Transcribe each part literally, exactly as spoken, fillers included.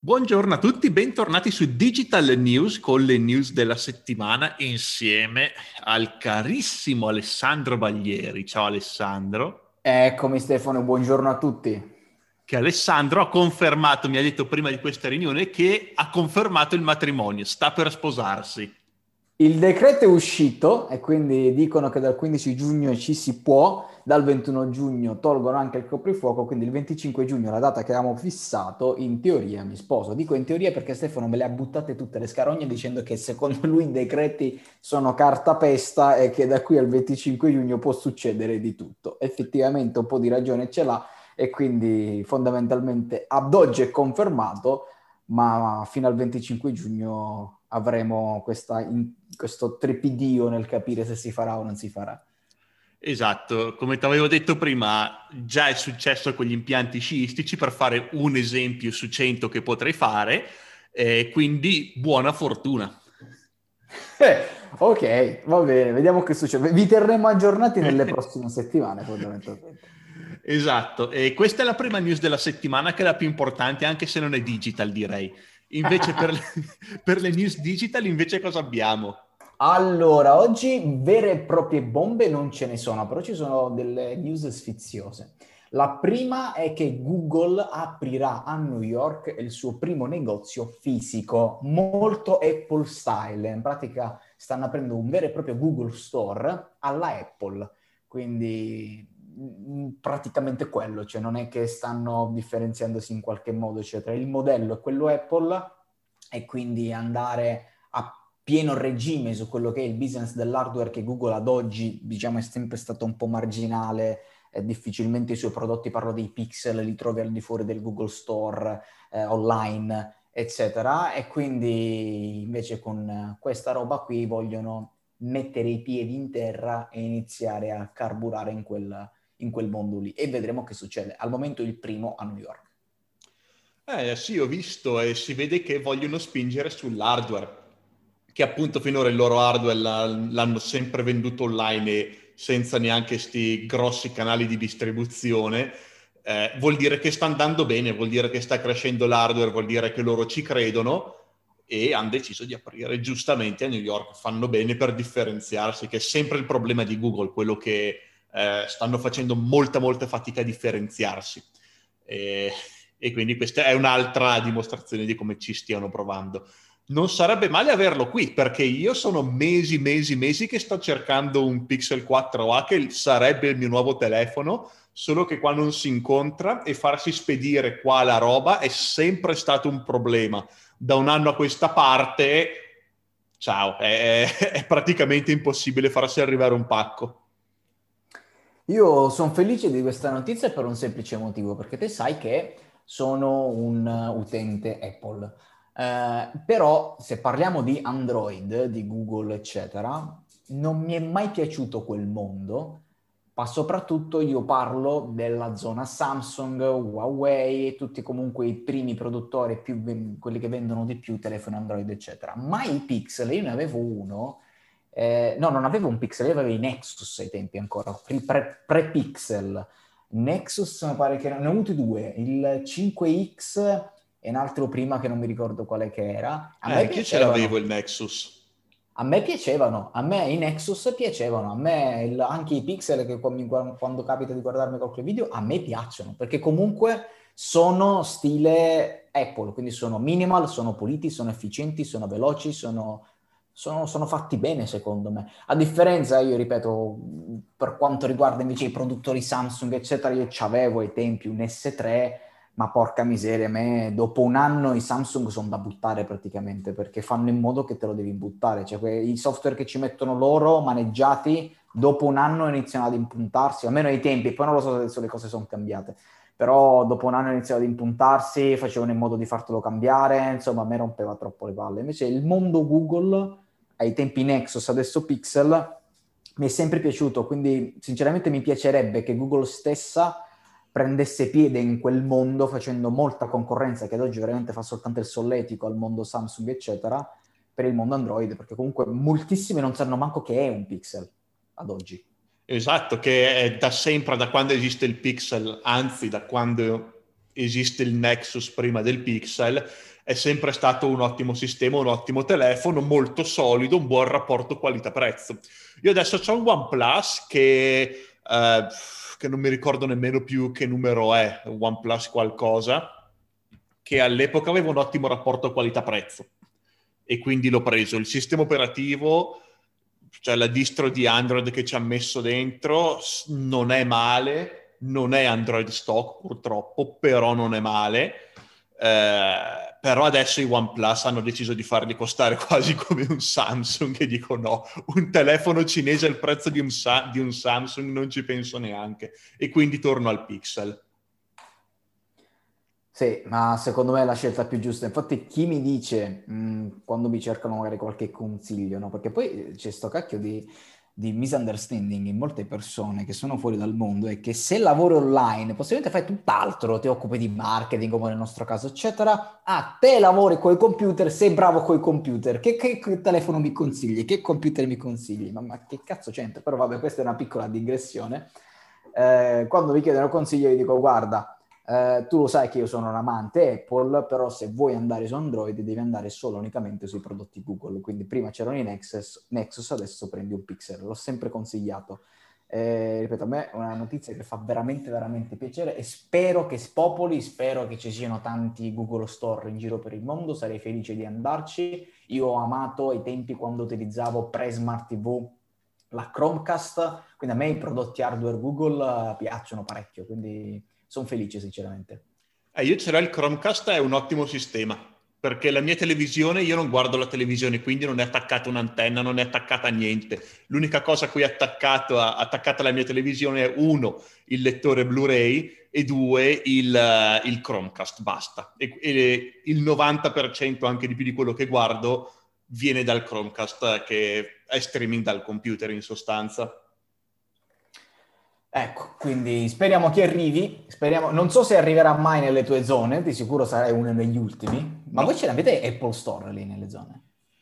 Buongiorno a tutti, bentornati su Digital News con le news della settimana insieme al carissimo Alessandro Baglieri. Ciao Alessandro. Eccomi Stefano, buongiorno a tutti. Che Alessandro ha confermato, mi ha detto prima di questa riunione, che ha confermato il matrimonio, sta per sposarsi. Il decreto è uscito e quindi dicono che dal quindici giugno ci si può, dal ventuno giugno tolgono anche il coprifuoco, quindi il venticinque giugno, la data che avevamo fissato, in teoria mi sposo. Dico in teoria perché Stefano me le ha buttate tutte le scarogne dicendo che secondo lui i decreti sono cartapesta e che da qui al venticinque giugno può succedere di tutto. Effettivamente un po' di ragione ce l'ha e quindi fondamentalmente ad oggi è confermato, ma fino al venticinque giugno avremo questa, in, questo trepidio nel capire se si farà o non si farà. Esatto, come ti avevo detto prima, già è successo con gli impianti sciistici, per fare un esempio su cento che potrei fare, eh, quindi buona fortuna. Eh, ok, va bene, vediamo che succede. Vi terremo aggiornati nelle prossime settimane, fondamentalmente. Esatto, e questa è la prima news della settimana, che è la più importante, anche se non è digital, direi. Invece per le, per le news digital, invece cosa abbiamo? Allora, oggi vere e proprie bombe non ce ne sono, però ci sono delle news sfiziose. La prima è che Google aprirà a New York il suo primo negozio fisico, molto Apple style. In pratica stanno aprendo un vero e proprio Google Store alla Apple, quindi mh, praticamente quello, cioè non è che stanno differenziandosi in qualche modo, cioè tra il modello e quello Apple e quindi andare a pieno regime su quello che è il business dell'hardware che Google ad oggi, diciamo, è sempre stato un po' marginale, eh, difficilmente i suoi prodotti, parlo dei pixel, li trovi al di fuori del Google Store, eh, online, eccetera, e quindi invece con questa roba qui vogliono mettere i piedi in terra e iniziare a carburare in quel, in quel mondo lì e vedremo che succede. Al momento il primo a New York. Eh sì, ho visto e si vede che vogliono spingere sull'hardware, che appunto finora il loro hardware la- l'hanno sempre venduto online e senza neanche sti grossi canali di distribuzione. Eh, vuol dire che sta andando bene, vuol dire che sta crescendo l'hardware, vuol dire che loro ci credono e hanno deciso di aprire giustamente a New York. Fanno bene per differenziarsi, che è sempre il problema di Google, quello che eh, stanno facendo molta, molta fatica a differenziarsi. E, e quindi questa è un'altra dimostrazione di come ci stiano provando. Non sarebbe male averlo qui, perché io sono mesi, mesi, mesi che sto cercando un Pixel quattro a, che sarebbe il mio nuovo telefono, solo che qua non si incontra e farsi spedire qua la roba è sempre stato un problema. Da un anno a questa parte, ciao, è, è praticamente impossibile farsi arrivare un pacco. Io sono felice di questa notizia per un semplice motivo, perché te sai che sono un utente Apple. Eh, però se parliamo di Android, di Google, eccetera, non mi è mai piaciuto quel mondo, ma soprattutto io parlo della zona Samsung, Huawei, tutti comunque i primi produttori, più, quelli che vendono di più telefoni Android, eccetera. Ma i Pixel, io ne avevo uno eh, no, non avevo un Pixel, io avevo i Nexus ai tempi ancora, pre- pre-Pixel. Nexus mi pare che ne ho avuti due, il cinque X e un altro prima che non mi ricordo quale che era. A Eh, me anch'io ce l'avevo piacevano, il Nexus. a me piacevano, a me i Nexus piacevano, a me il- anche i Pixel che quando, quando capita di guardarmi qualche video, a me piacciono, perché comunque sono stile Apple, quindi sono minimal, sono puliti, sono efficienti, sono veloci, sono sono, sono fatti bene secondo me. A differenza, io ripeto, per quanto riguarda invece i produttori Samsung, eccetera, io c'avevo ai tempi un S tre, ma porca miseria, a me dopo un anno i Samsung sono da buttare praticamente, perché fanno in modo che te lo devi buttare. Cioè, que- i software che ci mettono loro, maneggiati, dopo un anno iniziano ad impuntarsi, almeno ai tempi, poi non lo so se adesso le cose sono cambiate, però dopo un anno iniziava ad impuntarsi, facevano in modo di fartelo cambiare, insomma a me rompeva troppo le palle. Invece il mondo Google ai tempi Nexus, adesso Pixel, mi è sempre piaciuto, quindi sinceramente mi piacerebbe che Google stessa prendesse piede in quel mondo facendo molta concorrenza, che ad oggi veramente fa soltanto il solletico al mondo Samsung, eccetera, per il mondo Android, perché comunque moltissimi non sanno manco che è un Pixel ad oggi. Esatto, che è da sempre, da quando esiste il Pixel, anzi da quando esiste il Nexus prima del Pixel, è sempre stato un ottimo sistema, un ottimo telefono, molto solido, un buon rapporto qualità-prezzo. Io adesso ho un OnePlus che, eh, che non mi ricordo nemmeno più che numero è, OnePlus qualcosa, che all'epoca aveva un ottimo rapporto qualità-prezzo e quindi l'ho preso. Il sistema operativo, cioè la distro di Android che ci ha messo dentro, non è male, non è Android stock purtroppo, però non è male. Eh, però adesso i OnePlus hanno deciso di farli costare quasi come un Samsung e dico no, un telefono cinese al prezzo di un, Sa- di un Samsung non ci penso neanche, e quindi torno al Pixel. Sì, ma secondo me è la scelta più giusta. Infatti chi mi dice, mh, quando mi cercano magari qualche consiglio, no? Perché poi c'è sto cacchio di, di misunderstanding in molte persone che sono fuori dal mondo, è che se lavori online, possibilmente fai tutt'altro, ti occupi di marketing come nel nostro caso, eccetera. Ah, te lavori coi computer, sei bravo coi computer. Che, che, che telefono mi consigli? Che computer mi consigli? Ma, ma che cazzo c'entra? Però vabbè, questa è una piccola digressione. Eh, quando mi chiedono consiglio, io dico, guarda, Uh, tu lo sai che io sono un amante Apple, però se vuoi andare su Android devi andare solo unicamente sui prodotti Google, quindi prima c'erano i Nexus, Nexus adesso prendi un Pixel, l'ho sempre consigliato. Eh, ripeto, a me è una notizia che fa veramente veramente piacere e spero che spopoli, spero che ci siano tanti Google Store in giro per il mondo, sarei felice di andarci. Io ho amato ai tempi quando utilizzavo pre-Smart T V la Chromecast, quindi a me i prodotti hardware Google uh, piacciono parecchio, quindi sono felice sinceramente. Eh, io ce l'ho il Chromecast, è un ottimo sistema, perché la mia televisione, io non guardo la televisione, quindi non è attaccata un'antenna, non è attaccata a niente. L'unica cosa a cui è attaccato, attaccata alla mia televisione è uno, il lettore Blu-ray, e due, il, uh, il Chromecast, basta. E, e il novanta per cento, anche di più di quello che guardo, viene dal Chromecast, che è streaming dal computer in sostanza. Ecco, quindi speriamo che arrivi, speriamo, non so se arriverà mai nelle tue zone, di sicuro sarai uno degli ultimi, ma No. voi ce l'avete Apple Store lì nelle zone?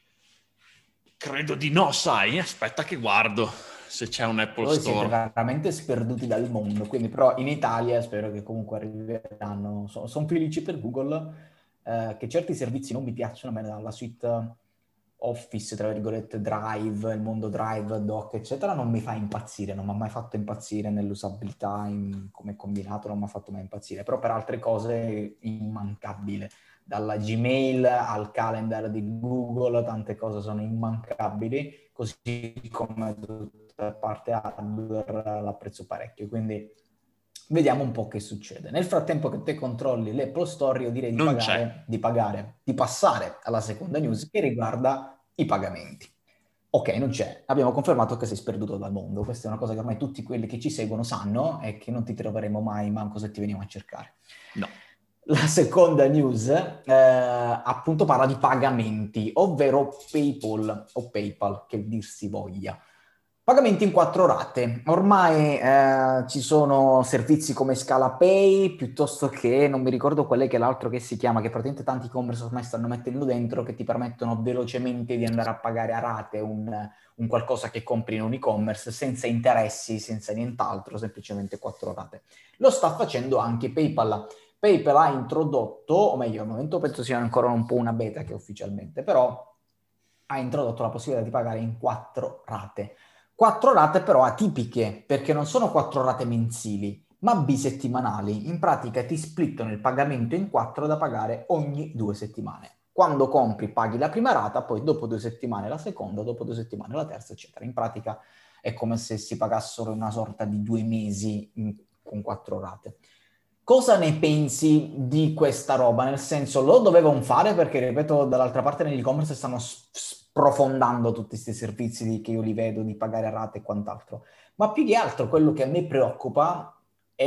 Credo di no, sai, aspetta che guardo se c'è un Apple Voi siete Store. veramente sperduti dal mondo, quindi però in Italia spero che comunque arriveranno, sono son felici per Google, eh, che certi servizi non mi piacciono, a me la suite Office, tra virgolette, Drive, il mondo Drive, Doc, eccetera, non mi fa impazzire, non mi ha mai fatto impazzire nell'usabilità, in, come combinato, non mi ha fatto mai impazzire, però per altre cose immancabile. Dalla Gmail al calendar di Google, tante cose sono immancabili, così come tutta la parte hardware l'apprezzo parecchio, quindi vediamo un po' che succede. Nel frattempo che te controlli l'Apple Store, io direi di Non c'è. pagare, di pagare, di passare alla seconda news che riguarda i pagamenti. Ok, non c'è. Abbiamo confermato che sei sperduto dal mondo. Questa è una cosa che ormai tutti quelli che ci seguono sanno e che non ti troveremo mai manco se ti veniamo a cercare. No. La seconda news eh, appunto parla di pagamenti, ovvero PayPal o PayPal, che dir si voglia. Pagamenti in quattro rate. Ormai eh, ci sono servizi come ScalaPay, piuttosto che, non mi ricordo qual è che è l'altro che si chiama, che praticamente tanti e-commerce ormai stanno mettendo dentro, che ti permettono velocemente di andare a pagare a rate un, un qualcosa che compri in un e-commerce senza interessi, senza nient'altro, semplicemente quattro rate. Lo sta facendo anche PayPal. PayPal ha introdotto, o meglio, al momento penso sia ancora un po' una beta che ufficialmente, però ha introdotto la possibilità di pagare in quattro rate. Quattro rate però atipiche, perché non sono quattro rate mensili, ma bisettimanali. In pratica ti splittano il pagamento in quattro da pagare ogni due settimane. Quando compri paghi la prima rata, poi dopo due settimane la seconda, dopo due settimane la terza, eccetera. In pratica è come se si pagassero una sorta di due mesi in, con quattro rate. Cosa ne pensi di questa roba? Nel senso, lo dovevano fare perché, ripeto, dall'altra parte negli e-commerce stanno sprofondando tutti questi servizi di, che io li vedo, di pagare a rate e quant'altro. Ma più di altro quello che a me preoccupa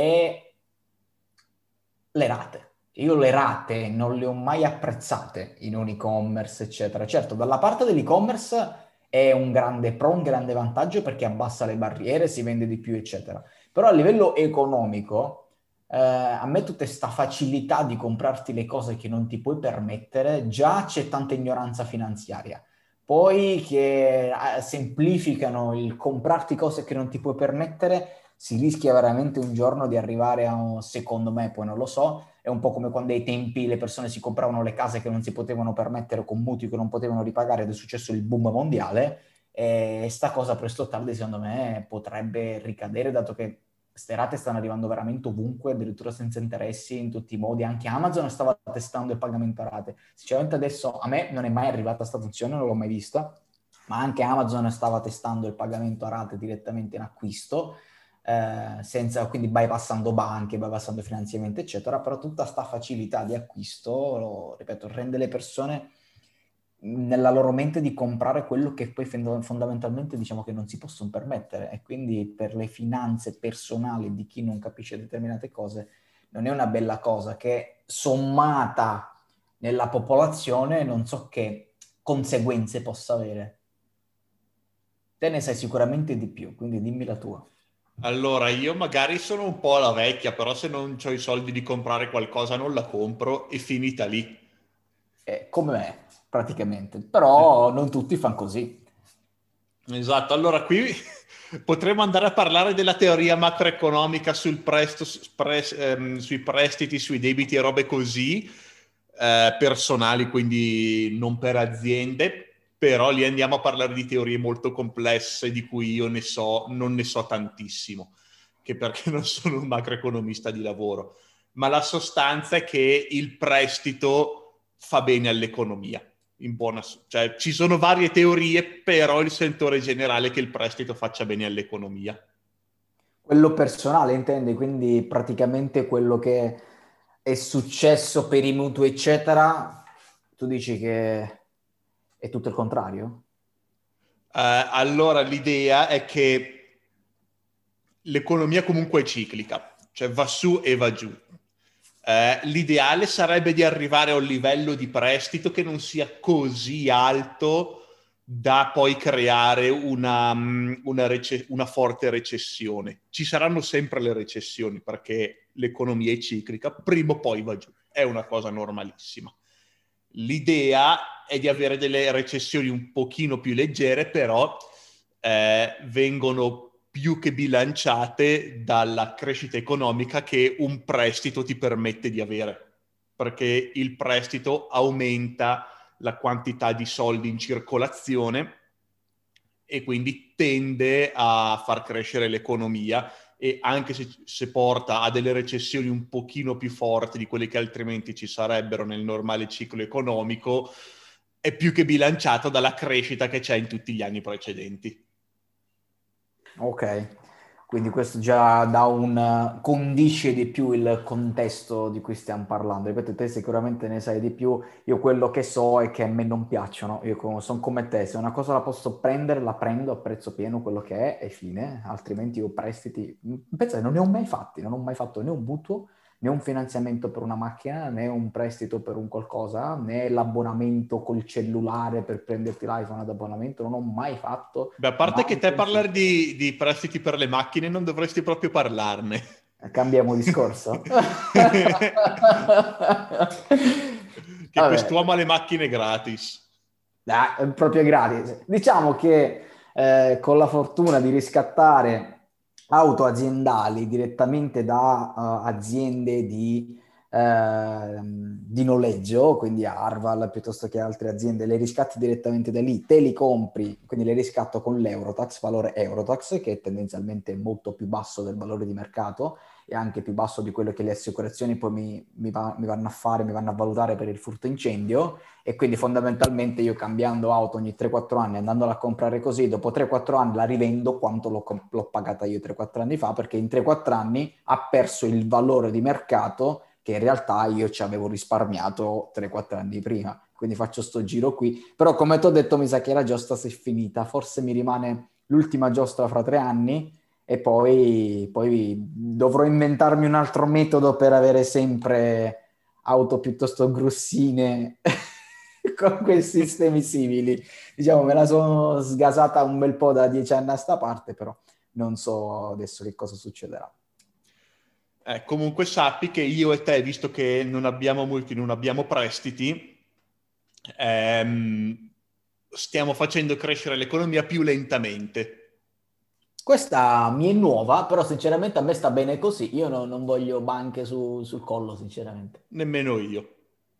è le rate. Io le rate non le ho mai apprezzate in un e-commerce, eccetera. Certo, dalla parte dell'e-commerce è un grande pro, un grande vantaggio perché abbassa le barriere, si vende di più, eccetera. Però a livello economico... Uh, a me tutta questa facilità di comprarti le cose che non ti puoi permettere, già c'è tanta ignoranza finanziaria. Poi che uh, semplificano il comprarti cose che non ti puoi permettere, si rischia veramente un giorno di arrivare a, un, secondo me, poi non lo so, è un po' come quando ai tempi le persone si compravano le case che non si potevano permettere con mutui che non potevano ripagare ed è successo il boom mondiale, e sta cosa presto o tardi secondo me potrebbe ricadere, dato che queste rate stanno arrivando veramente ovunque, addirittura senza interessi, in tutti i modi. Anche Amazon stava testando il pagamento a rate. Sinceramente adesso a me non è mai arrivata questa funzione, non l'ho mai vista, ma anche Amazon stava testando il pagamento a rate direttamente in acquisto, eh, senza, quindi bypassando banche, bypassando finanziamenti, eccetera. Però tutta sta facilità di acquisto, lo, ripeto, rende le persone nella loro mente di comprare quello che poi fondamentalmente diciamo che non si possono permettere, e quindi per le finanze personali di chi non capisce determinate cose non è una bella cosa, che sommata nella popolazione non so che conseguenze possa avere. Te ne sai sicuramente di più, quindi dimmi la tua. Allora, io magari sono un po' alla vecchia, però se non ho i soldi di comprare qualcosa non la compro e finita lì. Eh, come me, praticamente. Eh, Però non tutti fanno così. Esatto, allora qui potremmo andare a parlare della teoria macroeconomica sul presto, pres- ehm, sui prestiti, sui debiti e robe così, eh, personali, quindi non per aziende, però lì andiamo a parlare di teorie molto complesse di cui io ne so, non ne so tantissimo, che perché non sono un macroeconomista di lavoro, ma la sostanza è che il prestito fa bene all'economia. In buona, cioè, ci sono varie teorie, però il sentore generale è che il prestito faccia bene all'economia. Quello personale, intendi? Quindi praticamente quello che è successo per i mutui, eccetera, tu dici che è tutto il contrario? Eh, allora, l'idea è che l'economia comunque è ciclica, cioè va su e va giù. Eh, l'ideale sarebbe di arrivare a un livello di prestito che non sia così alto da poi creare una, mm, una, rece- una forte recessione. Ci saranno sempre le recessioni perché l'economia è ciclica, prima o poi va giù, è una cosa normalissima. L'idea è di avere delle recessioni un pochino più leggere, però eh, vengono più che bilanciate dalla crescita economica che un prestito ti permette di avere, perché il prestito aumenta la quantità di soldi in circolazione e quindi tende a far crescere l'economia, e anche se, se porta a delle recessioni un pochino più forti di quelle che altrimenti ci sarebbero nel normale ciclo economico, è più che bilanciato dalla crescita che c'è in tutti gli anni precedenti. Ok, quindi questo già dà un condisce di più il contesto di cui stiamo parlando. Ripeto, te sicuramente ne sai di più. Io quello che so è che a me non piacciono. Io sono come te, se una cosa la posso prendere, la prendo a prezzo pieno, quello che è, e fine. Altrimenti io prestiti, pensate, non ne ho mai fatti, non ho mai fatto né un mutuo, né un finanziamento per una macchina, né un prestito per un qualcosa, né l'abbonamento col cellulare per prenderti l'iPhone ad abbonamento, non ho mai fatto. Beh, a parte che Mai te parlare considerato. di, di prestiti per le macchine non dovresti proprio parlarne. Cambiamo discorso. Che Vabbè, quest'uomo ha le macchine gratis. dai, è proprio gratis. Diciamo che eh, con la fortuna di riscattare auto aziendali direttamente da uh, aziende di, eh, di noleggio, quindi Arval piuttosto che altre aziende, le riscatti direttamente da lì, te li compri, quindi le riscatto con l'Eurotax, valore Eurotax, che è tendenzialmente molto più basso del valore di mercato e anche più basso di quello che le assicurazioni poi mi, mi, va, mi vanno a fare, mi vanno a valutare per il furto incendio. E quindi fondamentalmente io cambiando auto ogni tre quattro anni, andandola a comprare così, dopo tre quattro anni la rivendo quanto l'ho, l'ho pagata io tre quattro anni fa, perché in tre quattro anni ha perso il valore di mercato che in realtà io ci avevo risparmiato tre quattro anni prima. Quindi faccio sto giro qui. Però come ti ho detto mi sa che la giostra si è finita, forse mi rimane l'ultima giostra fra tre anni e poi, poi dovrò inventarmi un altro metodo per avere sempre auto piuttosto grossine con quei sistemi simili. Diciamo, me la sono sgasata un bel po' da dieci anni a sta parte, però non so adesso che cosa succederà. Eh, comunque sappi che io e te, visto che non abbiamo molti, non abbiamo prestiti, ehm, stiamo facendo crescere l'economia più lentamente. Questa mi è nuova, però sinceramente a me sta bene così. Io no- non voglio banche su- sul collo, sinceramente. Nemmeno io.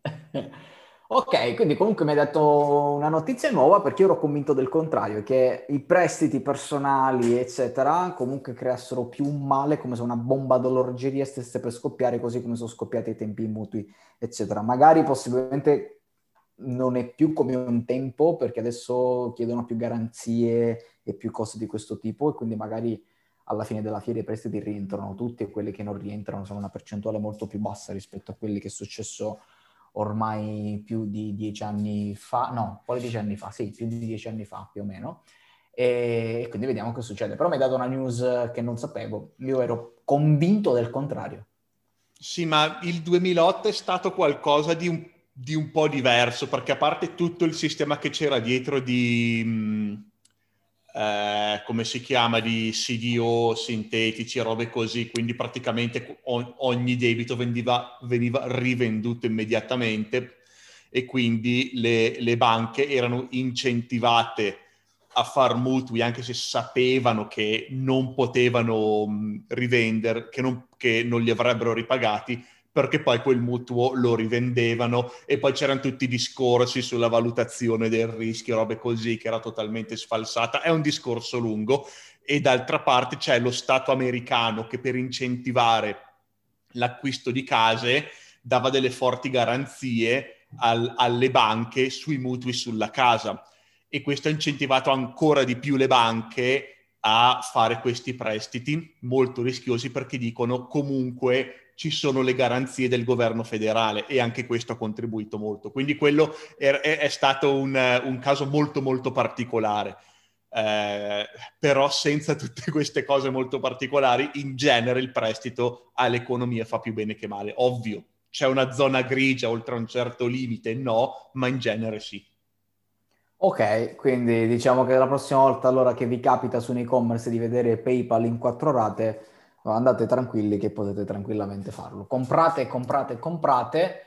Ok, quindi comunque mi hai detto una notizia nuova perché io ero convinto del contrario, che i prestiti personali, eccetera, comunque creassero più un male, come se una bomba d'orologeria stesse per scoppiare, così come sono scoppiati ai tempi i mutui, eccetera. Magari possibilmente non è più come un tempo, perché adesso chiedono più garanzie e più cose di questo tipo, e quindi magari alla fine della fiera i prestiti rientrano tutti e quelli che non rientrano sono una percentuale molto più bassa rispetto a quelli che è successo ormai più di dieci anni fa, no, quasi dieci anni fa, sì, più di dieci anni fa più o meno, e quindi vediamo che succede. Però mi hai dato una news che non sapevo, io ero convinto del contrario. Sì, ma il duemilaotto è stato qualcosa di un, di un po' diverso, perché a parte tutto il sistema che c'era dietro di, mh, eh, come si chiama, di C D O sintetici e robe così, quindi praticamente o- ogni debito veniva, veniva rivenduto immediatamente e quindi le, le banche erano incentivate a far mutui anche se sapevano che non potevano mh, rivendere, che non, che non li avrebbero ripagati, perché poi quel mutuo lo rivendevano e poi c'erano tutti i discorsi sulla valutazione del rischio, robe così, che era totalmente sfalsata. È un discorso lungo. E d'altra parte c'è lo Stato americano che per incentivare l'acquisto di case dava delle forti garanzie al, alle banche sui mutui sulla casa e questo ha incentivato ancora di più le banche a fare questi prestiti molto rischiosi perché dicono comunque ci sono le garanzie del governo federale e anche questo ha contribuito molto. Quindi quello è, è stato un, un caso molto molto particolare. Eh, però senza tutte queste cose molto particolari, in genere il prestito all'economia fa più bene che male. Ovvio, c'è una zona grigia oltre a un certo limite, no, ma in genere sì. Ok, quindi diciamo che la prossima volta allora che vi capita su un e-commerce di vedere PayPal in quattro rate, andate tranquilli che potete tranquillamente farlo. Comprate, comprate, comprate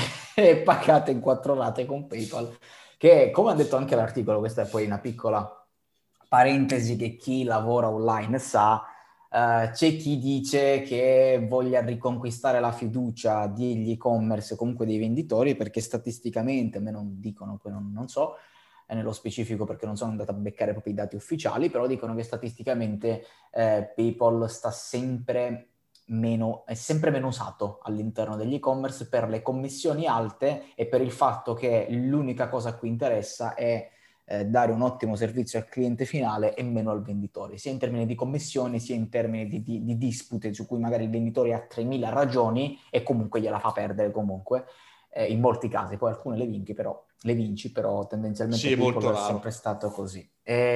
e pagate in quattro rate con PayPal, che come ha detto anche l'articolo, questa è poi una piccola parentesi che chi lavora online sa, eh, c'è chi dice che voglia riconquistare la fiducia degli e-commerce, comunque dei venditori, perché statisticamente, a me non dicono, poi non, non so, eh, nello specifico perché non sono andato a beccare proprio i dati ufficiali, però dicono che statisticamente eh, PayPal sta sempre meno, è sempre meno usato all'interno degli e-commerce per le commissioni alte e per il fatto che l'unica cosa a cui interessa è eh, dare un ottimo servizio al cliente finale e meno al venditore, sia in termini di commissioni sia in termini di, di, di dispute su cui magari il venditore ha tremila ragioni e comunque gliela fa perdere comunque, eh, in molti casi, poi alcune le vinci però, le vinci, però tendenzialmente Sì, è PayPal molto è sempre raro. stato così.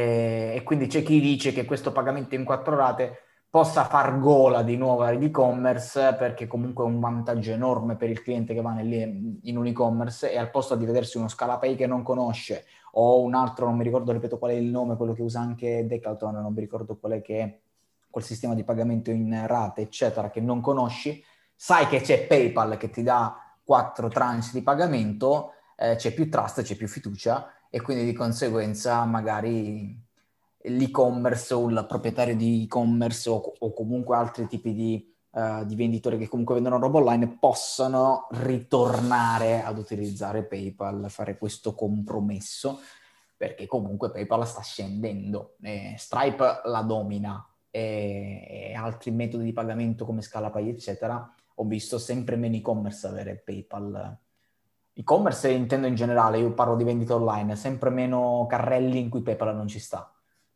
E, e quindi c'è chi dice che questo pagamento in quattro rate possa far gola di nuovo all'e-commerce perché comunque è un vantaggio enorme per il cliente che va nel, in un e-commerce e al posto di vedersi uno Scalapay che non conosce o un altro, non mi ricordo, ripeto qual è il nome, quello che usa anche Decathlon, non mi ricordo qual è che è quel sistema di pagamento in rate, eccetera, che non conosci, sai che c'è PayPal che ti dà quattro tranche di pagamento, eh, c'è più trust, c'è più fiducia e quindi di conseguenza magari l'e-commerce o il proprietario di e-commerce o, o comunque altri tipi di, uh, di venditori che comunque vendono roba online possano ritornare ad utilizzare PayPal, fare questo compromesso perché comunque PayPal sta scendendo, eh, Stripe la domina e, e altri metodi di pagamento come Scalapay eccetera ho visto sempre meno e-commerce avere PayPal. E-commerce intendo in generale, io parlo di vendita online, sempre meno carrelli in cui PayPal non ci sta.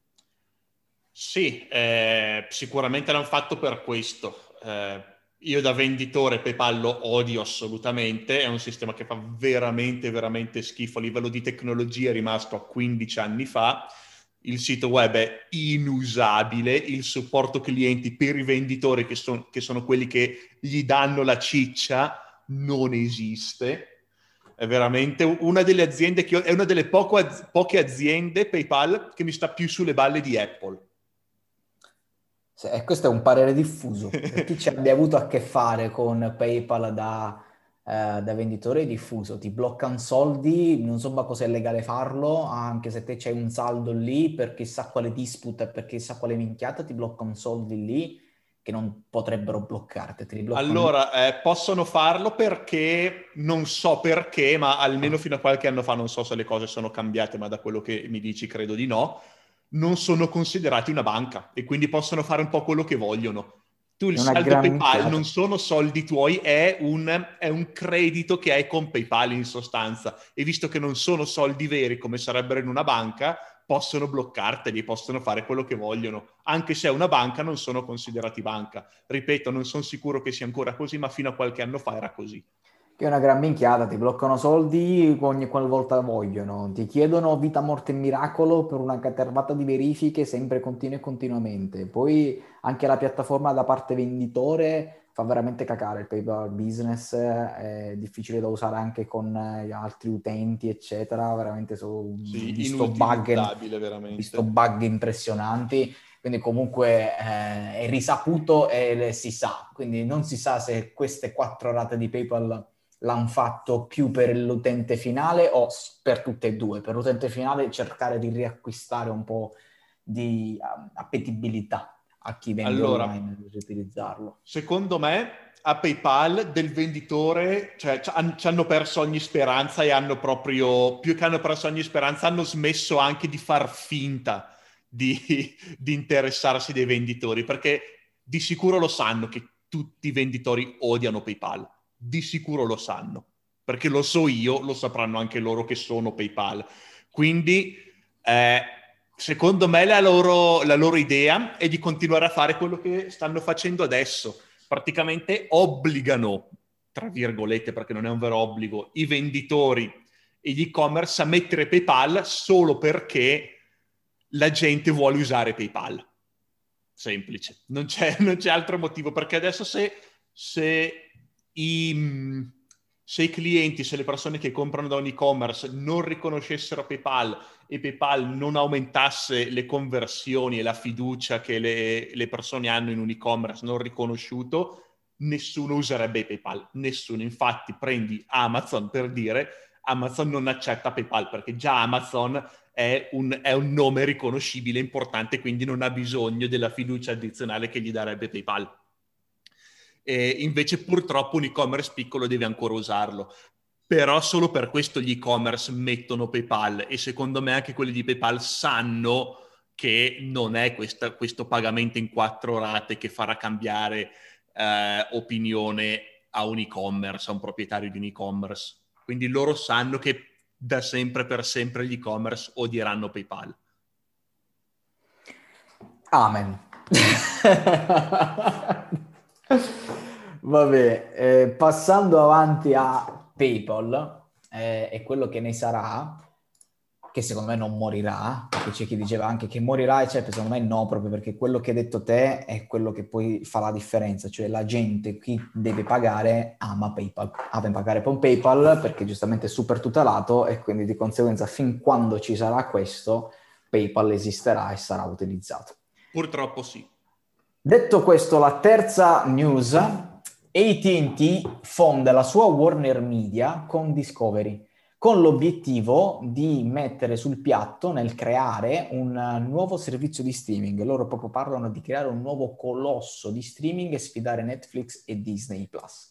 Sì, eh, sicuramente l'hanno fatto per questo. Eh, io da venditore PayPal lo odio assolutamente, è un sistema che fa veramente, veramente schifo a livello di tecnologia, è rimasto a quindici anni fa. Il sito web è inusabile, il supporto clienti per i venditori, che, son, che sono quelli che gli danno la ciccia, non esiste. È veramente una delle aziende che ho, è una delle poco, poche aziende PayPal che mi sta più sulle balle di Apple. Se- E questo è un parere diffuso. Per chi ci abbia avuto a che fare con PayPal da, eh, da venditore è diffuso, ti bloccano soldi, non so ma cosa è legale farlo, anche se te c'hai un saldo lì per chissà quale disputa, per chissà quale minchiata, ti bloccano soldi lì che non potrebbero bloccarti, te li bloccano lì. Allora, eh, possono farlo perché non so perché, ma almeno fino a qualche anno fa, non so se le cose sono cambiate, ma da quello che mi dici credo di no, non sono considerati una banca e quindi possono fare un po' quello che vogliono. Tu il È una saldo gran PayPal non minchiata. sono soldi tuoi, è un, è un credito che hai con PayPal in sostanza. E visto che non sono soldi veri come sarebbero in una banca, possono bloccarteli, possono fare quello che vogliono. Anche se è una banca, non sono considerati banca. Ripeto, non sono sicuro che sia ancora così, ma fino a qualche anno fa era così. Che è una gran minchiata, ti bloccano soldi ogni qualvolta vogliono, ti chiedono vita, morte e miracolo per una catervata di verifiche sempre continue e continuamente. Poi anche la piattaforma da parte venditore fa veramente cacare il PayPal Business, è difficile da usare anche con eh, altri utenti, eccetera. Veramente so, ho Sì, visto bug, ho inutilizzabile visto veramente. bug impressionanti. Quindi comunque eh, è risaputo e si sa. Quindi non si sa se queste quattro rate di PayPal l'hanno fatto più per l'utente finale o per tutte e due. Per l'utente finale cercare di riacquistare un po' di um, appetibilità a chi vende Allora, online per utilizzarlo. secondo me a PayPal del venditore, cioè ci han- ci hanno perso ogni speranza e hanno proprio, più che hanno perso ogni speranza, hanno smesso anche di far finta di, di interessarsi dei venditori, perché di sicuro lo sanno che tutti i venditori odiano PayPal, di sicuro lo sanno, perché lo so io, lo sapranno anche loro che sono PayPal. Quindi, eh, secondo me la loro, la loro idea è di continuare a fare quello che stanno facendo adesso. Praticamente obbligano, tra virgolette, perché non è un vero obbligo, i venditori e gli e-commerce a mettere PayPal solo perché la gente vuole usare PayPal. Semplice, non c'è, non c'è altro motivo, perché adesso se, se, i, se i clienti, se le persone che comprano da un e-commerce non riconoscessero PayPal e PayPal non aumentasse le conversioni e la fiducia che le, le persone hanno in un e-commerce non riconosciuto, nessuno userebbe PayPal, nessuno. Infatti prendi Amazon per dire, Amazon non accetta PayPal perché già Amazon è un, è un nome riconoscibile, importante, quindi non ha bisogno della fiducia addizionale che gli darebbe PayPal. E invece purtroppo un e-commerce piccolo deve ancora usarlo. Però solo per questo gli e-commerce mettono PayPal e secondo me anche quelli di PayPal sanno che non è questa, questo pagamento in quattro rate che farà cambiare eh, opinione a un e-commerce, a un proprietario di un e-commerce. Quindi loro sanno che da sempre per sempre gli e-commerce odieranno PayPal. Amen. Vabbè, eh, passando avanti a PayPal eh, e quello che ne sarà, che secondo me non morirà, perché c'è chi diceva anche che morirà, e certo, secondo me no, proprio perché quello che hai detto te è quello che poi fa la differenza, cioè la gente, chi deve pagare, ama PayPal, ama pagare con PayPal perché giustamente è super tutelato e quindi di conseguenza fin quando ci sarà questo, PayPal esisterà e sarà utilizzato. Purtroppo sì. Detto questo, la terza news, A T and T fonda la sua Warner Media con Discovery, con l'obiettivo di mettere sul piatto nel creare un nuovo servizio di streaming. Loro proprio parlano di creare un nuovo colosso di streaming e sfidare Netflix e Disney Plus.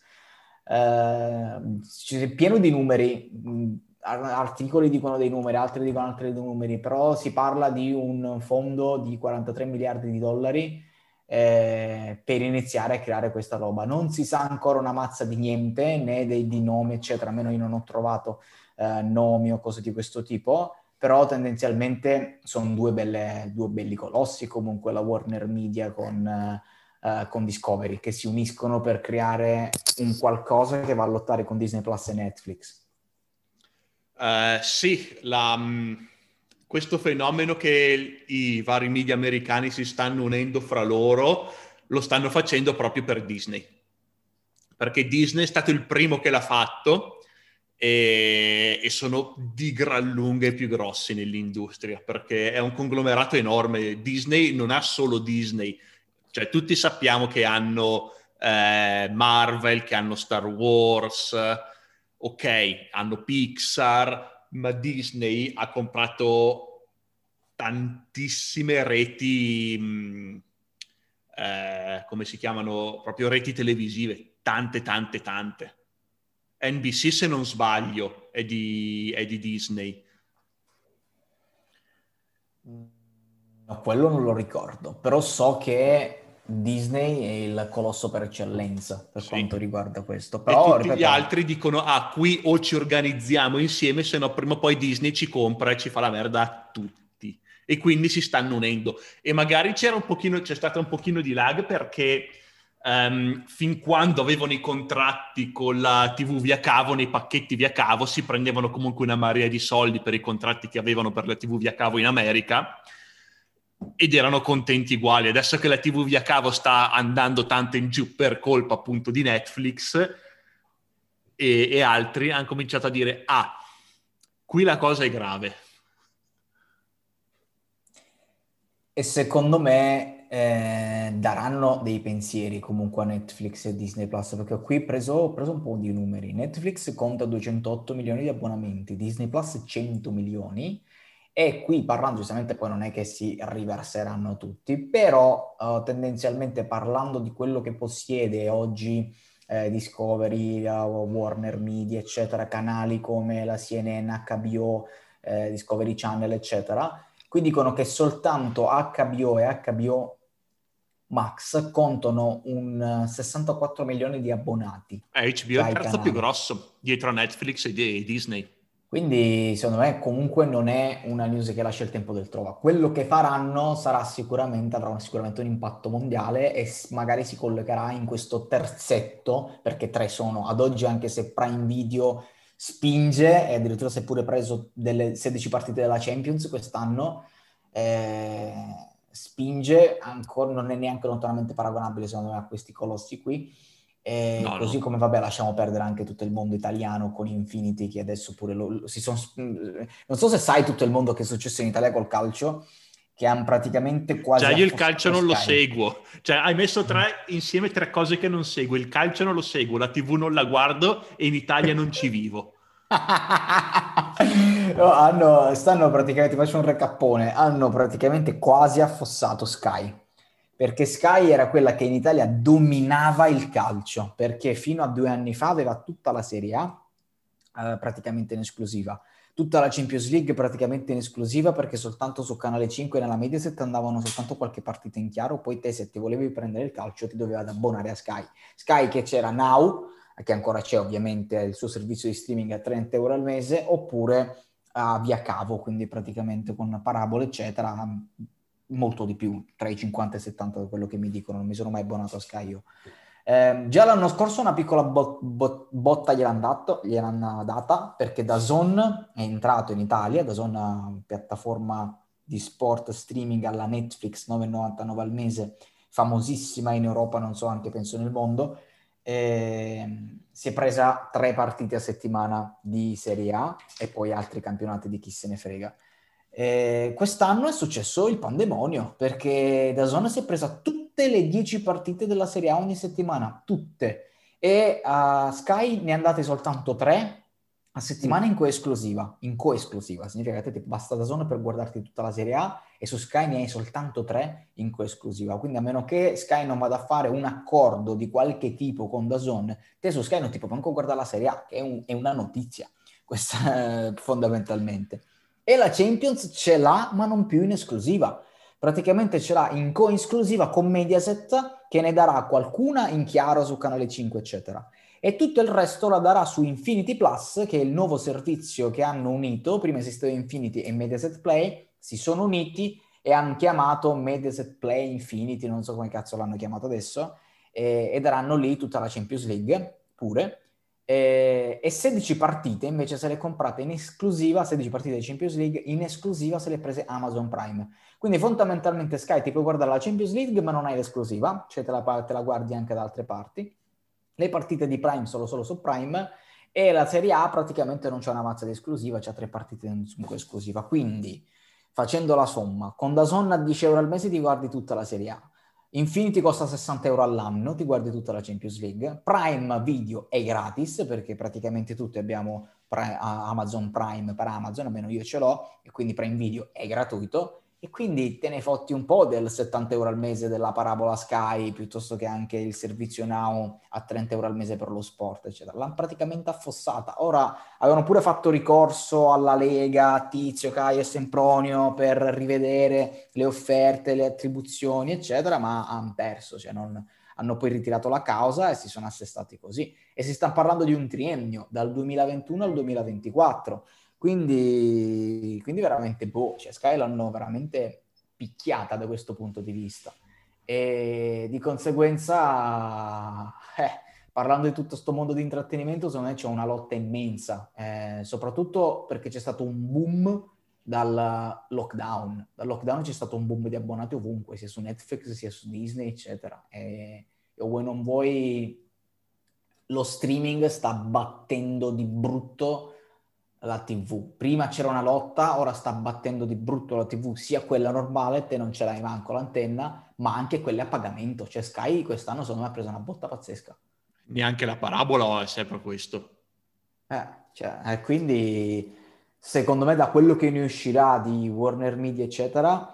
Eh, pieno di numeri, mh, articoli dicono dei numeri, altri dicono altri numeri, però si parla di un fondo di quarantatré miliardi di dollari eh, per iniziare a creare questa roba. Non si sa ancora una mazza di niente, né dei, di nomi, eccetera. Almeno io non ho trovato eh, nomi o cose di questo tipo, però tendenzialmente sono due, belle, due belli colossi, comunque la Warner Media con, eh, con Discovery, che si uniscono per creare un qualcosa che va a lottare con Disney Plus e Netflix. Uh, sì, la, mh, questo fenomeno che i vari media americani si stanno unendo fra loro lo stanno facendo proprio per Disney, perché Disney è stato il primo che l'ha fatto e, e sono di gran lunga i più grossi nell'industria, perché è un conglomerato enorme. Disney non ha solo Disney, cioè tutti sappiamo che hanno eh, Marvel, che hanno Star Wars, ok, hanno Pixar, ma Disney ha comprato tantissime reti, mh, eh, come si chiamano, proprio reti televisive, tante, tante, tante. N B C, se non sbaglio, è di, è di Disney. No, quello non lo ricordo, però so che Disney è il colosso per eccellenza per Sì. quanto riguarda questo. E Però, tutti gli ripeto, altri dicono, ah, qui o ci organizziamo insieme, se no prima o poi Disney ci compra e ci fa la merda a tutti. E quindi si stanno unendo. E magari c'era un pochino, c'è stato un pochino di lag perché um, fin quando avevano i contratti con la T V via cavo, nei pacchetti via cavo, si prendevano comunque una marea di soldi per i contratti che avevano per la T V via cavo in America ed erano contenti uguali. Adesso che la T V via cavo sta andando tanto in giù per colpa appunto di Netflix e, e altri, hanno cominciato a dire, ah, qui la cosa è grave. e secondo me eh, daranno dei pensieri comunque a Netflix e Disney Plus, perché qui ho preso, ho preso un po' di numeri. Netflix conta duecentotto milioni di abbonamenti, Disney Plus cento milioni, e qui parlando, giustamente poi non è che si riverseranno tutti, però uh, tendenzialmente parlando di quello che possiede oggi eh, Discovery, uh, Warner Media, eccetera, canali come la C N N, H B O, eh, Discovery Channel, eccetera, qui dicono che soltanto H B O e H B O Max contano un sessantaquattro milioni di abbonati. Eh, H B O è Cioè il ai terzo più canali. grosso, dietro a Netflix e di- Disney. Quindi secondo me comunque non è una news che lascia il tempo del trova. Quello che faranno sarà sicuramente, avrà sicuramente un impatto mondiale e magari si collegherà in questo terzetto, perché tre sono ad oggi, anche se Prime Video spinge, e addirittura si è pure preso delle sedici partite della Champions quest'anno, eh, spinge, ancora non è neanche lontanamente paragonabile secondo me a questi colossi qui. E No, così no. come, vabbè, lasciamo perdere anche tutto il mondo italiano con Infinity, che adesso pure lo, si sono... Non so se sai tutto il mondo che è successo in Italia col calcio, che hanno praticamente quasi Cioè, io il calcio affossato non lo Sky. seguo. Cioè, hai messo tre, insieme tre cose che non seguo. Il calcio non lo seguo, la T V non la guardo e in Italia non ci vivo. No, hanno, stanno praticamente, faccio un recappone, hanno praticamente quasi affossato Sky, perché Sky era quella che in Italia dominava il calcio, perché fino a due anni fa aveva tutta la Serie A eh, praticamente in esclusiva, tutta la Champions League praticamente in esclusiva, perché soltanto su Canale cinque nella Mediaset andavano soltanto qualche partita in chiaro, poi te se ti volevi prendere il calcio ti dovevi abbonare a Sky. Sky che c'era Now, che ancora c'è ovviamente il suo servizio di streaming a trenta euro al mese, oppure a via cavo, quindi praticamente con parabole eccetera, molto di più, tra i cinquanta e i settanta da quello che mi dicono, non mi sono mai abbonato a Sky io. Eh, già l'anno scorso una piccola bot, bot, botta gliel'hanno dato, gliel'hanno data, perché DAZN è entrato in Italia, DAZN è una piattaforma di sport streaming alla Netflix, nove virgola novantanove al mese, famosissima in Europa, non so, anche penso nel mondo. Eh, si è presa tre partite a settimana di Serie A e poi altri campionati di chi se ne frega. Eh, quest'anno è successo il pandemonio, perché DAZN si è presa tutte le dieci partite della Serie A ogni settimana, tutte, e a Sky ne è andate soltanto tre a settimana in coesclusiva. In coesclusiva significa che ti basta DAZN per guardarti tutta la Serie A, e su Sky ne hai soltanto tre in coesclusiva. Quindi a meno che Sky non vada a fare un accordo di qualche tipo con DAZN, te su Sky non ti puoi manco guardare la Serie A, che è, un, è una notizia, questa eh, fondamentalmente. E la Champions ce l'ha, ma non più in esclusiva. Praticamente ce l'ha in co-esclusiva con Mediaset, che ne darà qualcuna in chiaro su Canale cinque, eccetera. E tutto il resto la darà su Infinity Plus, che è il nuovo servizio che hanno unito. Prima esisteva Infinity e Mediaset Play, si sono uniti e hanno chiamato Mediaset Play Infinity, non so come cazzo l'hanno chiamato adesso, e, e daranno lì tutta la Champions League pure. E, e sedici partite invece se le comprate in esclusiva, sedici partite di Champions League in esclusiva se le prese Amazon Prime. Quindi fondamentalmente Sky ti puoi guardare la Champions League ma non hai l'esclusiva, cioè te la, te la guardi anche da altre parti. Le partite di Prime sono solo su Prime, e la Serie A praticamente non c'è una mazza di esclusiva, c'è tre partite in esclusiva. Quindi, facendo la somma, con DAZN a dieci euro al mese ti guardi tutta la Serie A, Infinity costa sessanta euro all'anno, ti guardi tutta la Champions League. Prime Video è gratis, perché praticamente tutti abbiamo Prime, Amazon Prime per Amazon, almeno io ce l'ho, e quindi Prime Video è gratuito. E quindi te ne fotti un po' del settanta euro al mese della parabola Sky, piuttosto che anche il servizio Now a trenta euro al mese per lo sport, eccetera. L'hanno praticamente affossata. Ora avevano pure fatto ricorso alla Lega, Tizio, Caio e Sempronio per rivedere le offerte, le attribuzioni, eccetera, ma hanno perso, cioè non, hanno poi ritirato la causa e si sono assestati così. E si sta parlando di un triennio, dal duemilaventuno al duemilaventiquattro. Quindi, quindi veramente, boh, cioè Sky l'hanno veramente picchiata da questo punto di vista. E di conseguenza, eh, parlando di tutto questo mondo di intrattenimento, secondo me c'è una lotta immensa, eh, soprattutto perché c'è stato un boom dal lockdown. Dal lockdown c'è stato un boom di abbonati ovunque, sia su Netflix, sia su Disney, eccetera. E, e vuoi non vuoi, lo streaming sta battendo di brutto la tivù. Prima c'era una lotta, ora sta battendo di brutto la tivù, sia quella normale, te non ce l'hai manco l'antenna, ma anche quelle a pagamento. Cioè Sky quest'anno secondo me ha preso una botta pazzesca. Neanche la parabola è sempre questo. Eh, cioè, eh, quindi secondo me da quello che ne uscirà di Warner Media eccetera,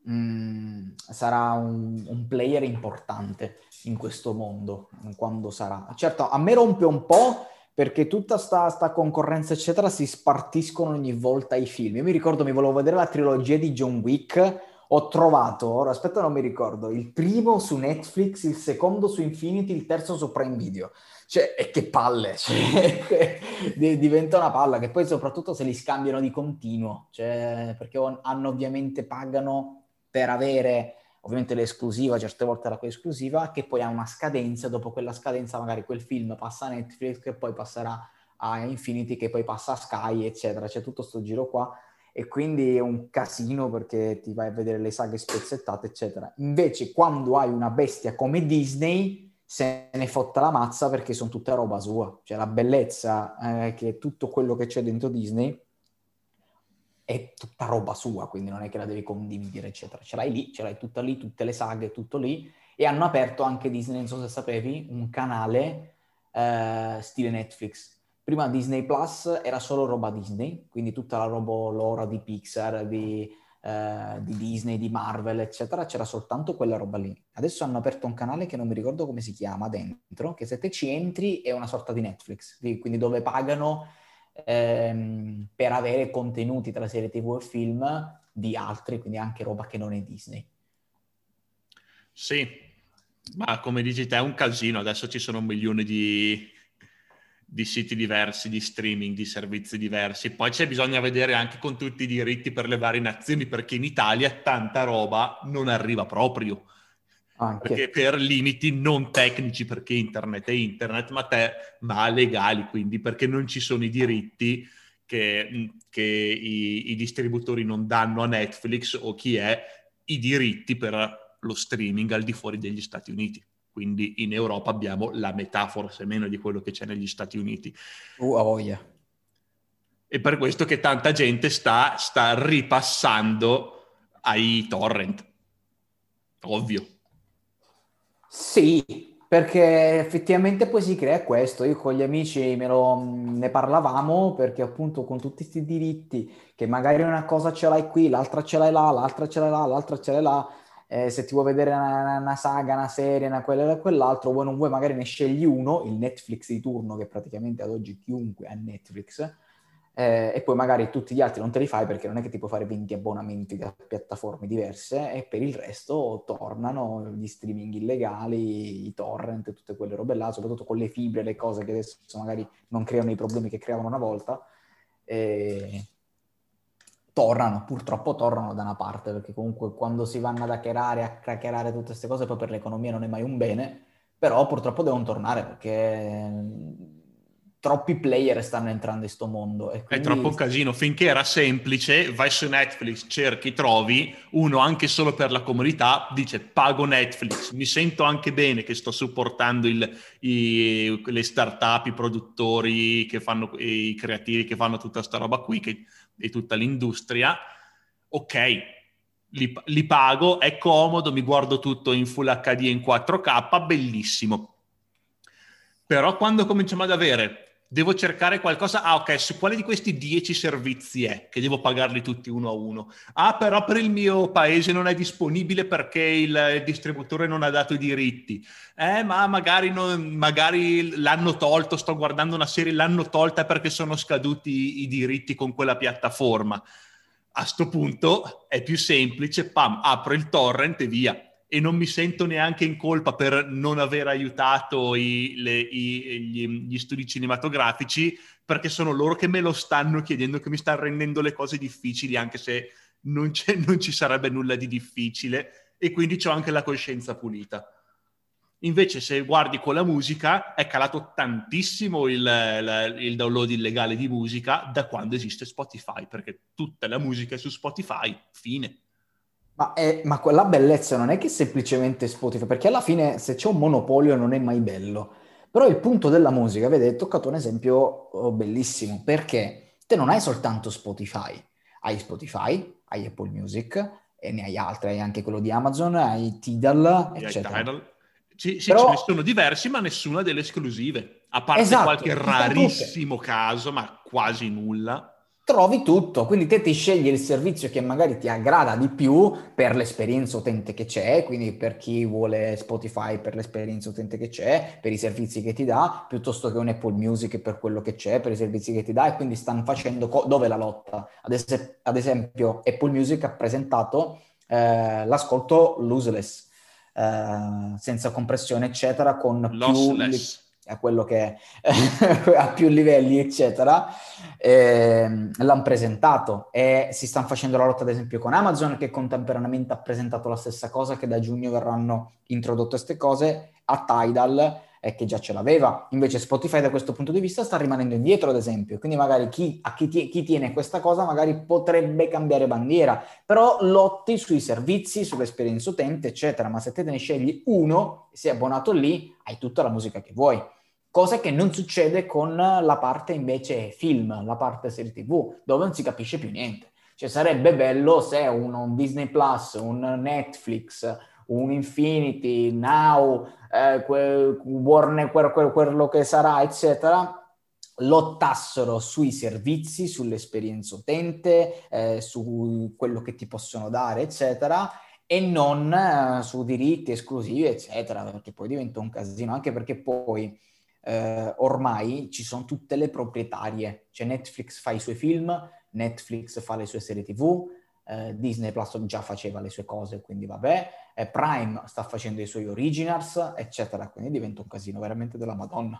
mh, sarà un, un player importante in questo mondo quando sarà. Certo, a me rompe un po' perché tutta sta, sta concorrenza eccetera si spartiscono ogni volta i film. Io mi ricordo, mi volevo vedere la trilogia di John Wick, ho trovato, ora aspetta non mi ricordo, il primo su Netflix, il secondo su Infinity, il terzo su Prime Video. Cioè, e che palle, cioè, diventa una palla, che poi soprattutto se li scambiano di continuo, cioè, perché hanno ovviamente, pagano per avere ovviamente l'esclusiva, certe volte la coesclusiva, che poi ha una scadenza, dopo quella scadenza magari quel film passa a Netflix, che poi passerà a Infinity, che poi passa a Sky, eccetera, c'è tutto sto giro qua, e quindi è un casino perché ti vai a vedere le saghe spezzettate, eccetera. Invece quando hai una bestia come Disney se ne fotta la mazza perché sono tutta roba sua, cioè la bellezza eh, che tutto quello che c'è dentro Disney è tutta roba sua, quindi non è che la devi condividere eccetera, ce l'hai lì, ce l'hai tutta lì, tutte le saghe, tutto lì, e hanno aperto anche Disney, non so se sapevi, un canale eh, stile Netflix. Prima Disney Plus era solo roba Disney, quindi tutta la roba loro di Pixar, di eh, di Disney, di Marvel, eccetera, c'era soltanto quella roba lì. Adesso hanno aperto un canale che non mi ricordo come si chiama dentro, che se te ci entri è una sorta di Netflix, quindi dove pagano ehm, per avere contenuti tra serie tivù e film di altri, quindi anche roba che non è Disney. Sì, ma come dici te è un casino, adesso ci sono milioni di, di siti diversi, di streaming, di servizi diversi, poi c'è bisogno vedere anche con tutti i diritti per le varie nazioni, perché in Italia tanta roba non arriva proprio, perché Anche. per limiti non tecnici, perché internet è internet, ma, te, ma legali, quindi perché non ci sono i diritti che, che i, i distributori non danno a Netflix o chi è i diritti per lo streaming al di fuori degli Stati Uniti. Quindi in Europa abbiamo la metà, forse meno di quello che c'è negli Stati Uniti. Uh, a voglia. E per questo che tanta gente sta, sta ripassando ai torrent. Ovvio. Sì, perché effettivamente poi si crea questo. Io con gli amici me lo, ne parlavamo perché appunto con tutti questi diritti, che magari una cosa ce l'hai qui, l'altra ce l'hai là, l'altra ce l'hai là, l'altra ce l'hai là, eh, se ti vuoi vedere una, una saga, una serie, una quella e quell'altro, vuoi non vuoi magari ne scegli uno, il Netflix di turno, che praticamente ad oggi chiunque ha Netflix, eh, e poi magari tutti gli altri non te li fai perché non è che ti puoi fare venti abbonamenti da piattaforme diverse, e per il resto tornano gli streaming illegali, i torrent, tutte quelle robe là, soprattutto con le fibre, le cose che adesso magari non creano i problemi che creavano una volta, e tornano, purtroppo tornano da una parte, perché comunque quando si vanno ad hackerare, a crackerare tutte queste cose, poi per l'economia non è mai un bene, però purtroppo devono tornare perché troppi player stanno entrando in sto mondo e È troppo quindi un casino. Finché era semplice, vai su Netflix, cerchi, trovi, uno anche solo per la comodità dice pago Netflix, mi sento anche bene che sto supportando il, i, le start-up, i produttori che fanno, i creativi che fanno tutta sta roba qui che, e tutta l'industria. Ok, li, li pago, è comodo, mi guardo tutto in Full acca di e in quattro K, bellissimo. Però quando cominciamo ad avere, devo cercare qualcosa, ah ok, su quale di questi dieci servizi è, che devo pagarli tutti uno a uno? Ah, però per il mio paese non è disponibile perché il, il distributore non ha dato i diritti. Eh, ma magari, non, magari l'hanno tolto, sto guardando una serie, l'hanno tolta perché sono scaduti i diritti con quella piattaforma. A sto punto è più semplice, pam, apro il torrent e via. E non mi sento neanche in colpa per non aver aiutato i, le, i, gli, gli studi cinematografici, perché sono loro che me lo stanno chiedendo, che mi stanno rendendo le cose difficili, anche se non, c'è, non ci sarebbe nulla di difficile, e quindi ho anche la coscienza pulita. Invece se guardi con la musica è calato tantissimo il, il, il download illegale di musica da quando esiste Spotify, perché tutta la musica è su Spotify, fine. Ma, è, ma quella bellezza non è che semplicemente Spotify, perché alla fine se c'è un monopolio non è mai bello. Però il punto della musica, vedi, hai toccato un esempio oh, bellissimo, perché te non hai soltanto Spotify, hai Spotify, hai Apple Music e ne hai altre, hai anche quello di Amazon, hai Tidal, E hai eccetera. Tidal. Sì, sì, ce ne Però, sono diversi, ma nessuna delle esclusive. A parte qualche esatto, ci stanno tutte. rarissimo caso, ma quasi nulla. Trovi tutto, quindi te ti scegli il servizio che magari ti aggrada di più per l'esperienza utente che c'è, quindi per chi vuole Spotify per l'esperienza utente che c'è, per i servizi che ti dà, piuttosto che un Apple Music per quello che c'è, per i servizi che ti dà, e quindi stanno facendo co- dove è la lotta? Ad, es- ad esempio Apple Music ha presentato eh, l'ascolto lossless, eh, senza compressione eccetera, con più li- Lossless. a quello che ha più livelli eccetera, eh, l'hanno presentato e si stanno facendo la lotta ad esempio con Amazon, che contemporaneamente ha presentato la stessa cosa, che da giugno verranno introdotte queste cose, a Tidal eh, che già ce l'aveva. Invece Spotify da questo punto di vista sta rimanendo indietro ad esempio, quindi magari chi, a chi, chi tiene questa cosa magari potrebbe cambiare bandiera, però lotti sui servizi, sull'esperienza utente eccetera, ma se te ne scegli uno, sei abbonato lì, hai tutta la musica che vuoi. Cosa che non succede con la parte invece film, la parte serie tivù, dove non si capisce più niente. Cioè sarebbe bello se uno, un Disney Plus, un Netflix, un Infinity, Now, eh, que, Warner, que, que, quello che sarà, eccetera, lottassero sui servizi, sull'esperienza utente, eh, su quello che ti possono dare, eccetera, e non eh, su diritti esclusivi, eccetera, perché poi diventa un casino, anche perché poi eh, ormai ci sono tutte le proprietarie, cioè Netflix fa i suoi film, Netflix fa le sue serie tivù, eh, Disney Plus già faceva le sue cose, quindi vabbè, eh, Prime sta facendo i suoi originals, eccetera, quindi diventa un casino veramente della Madonna.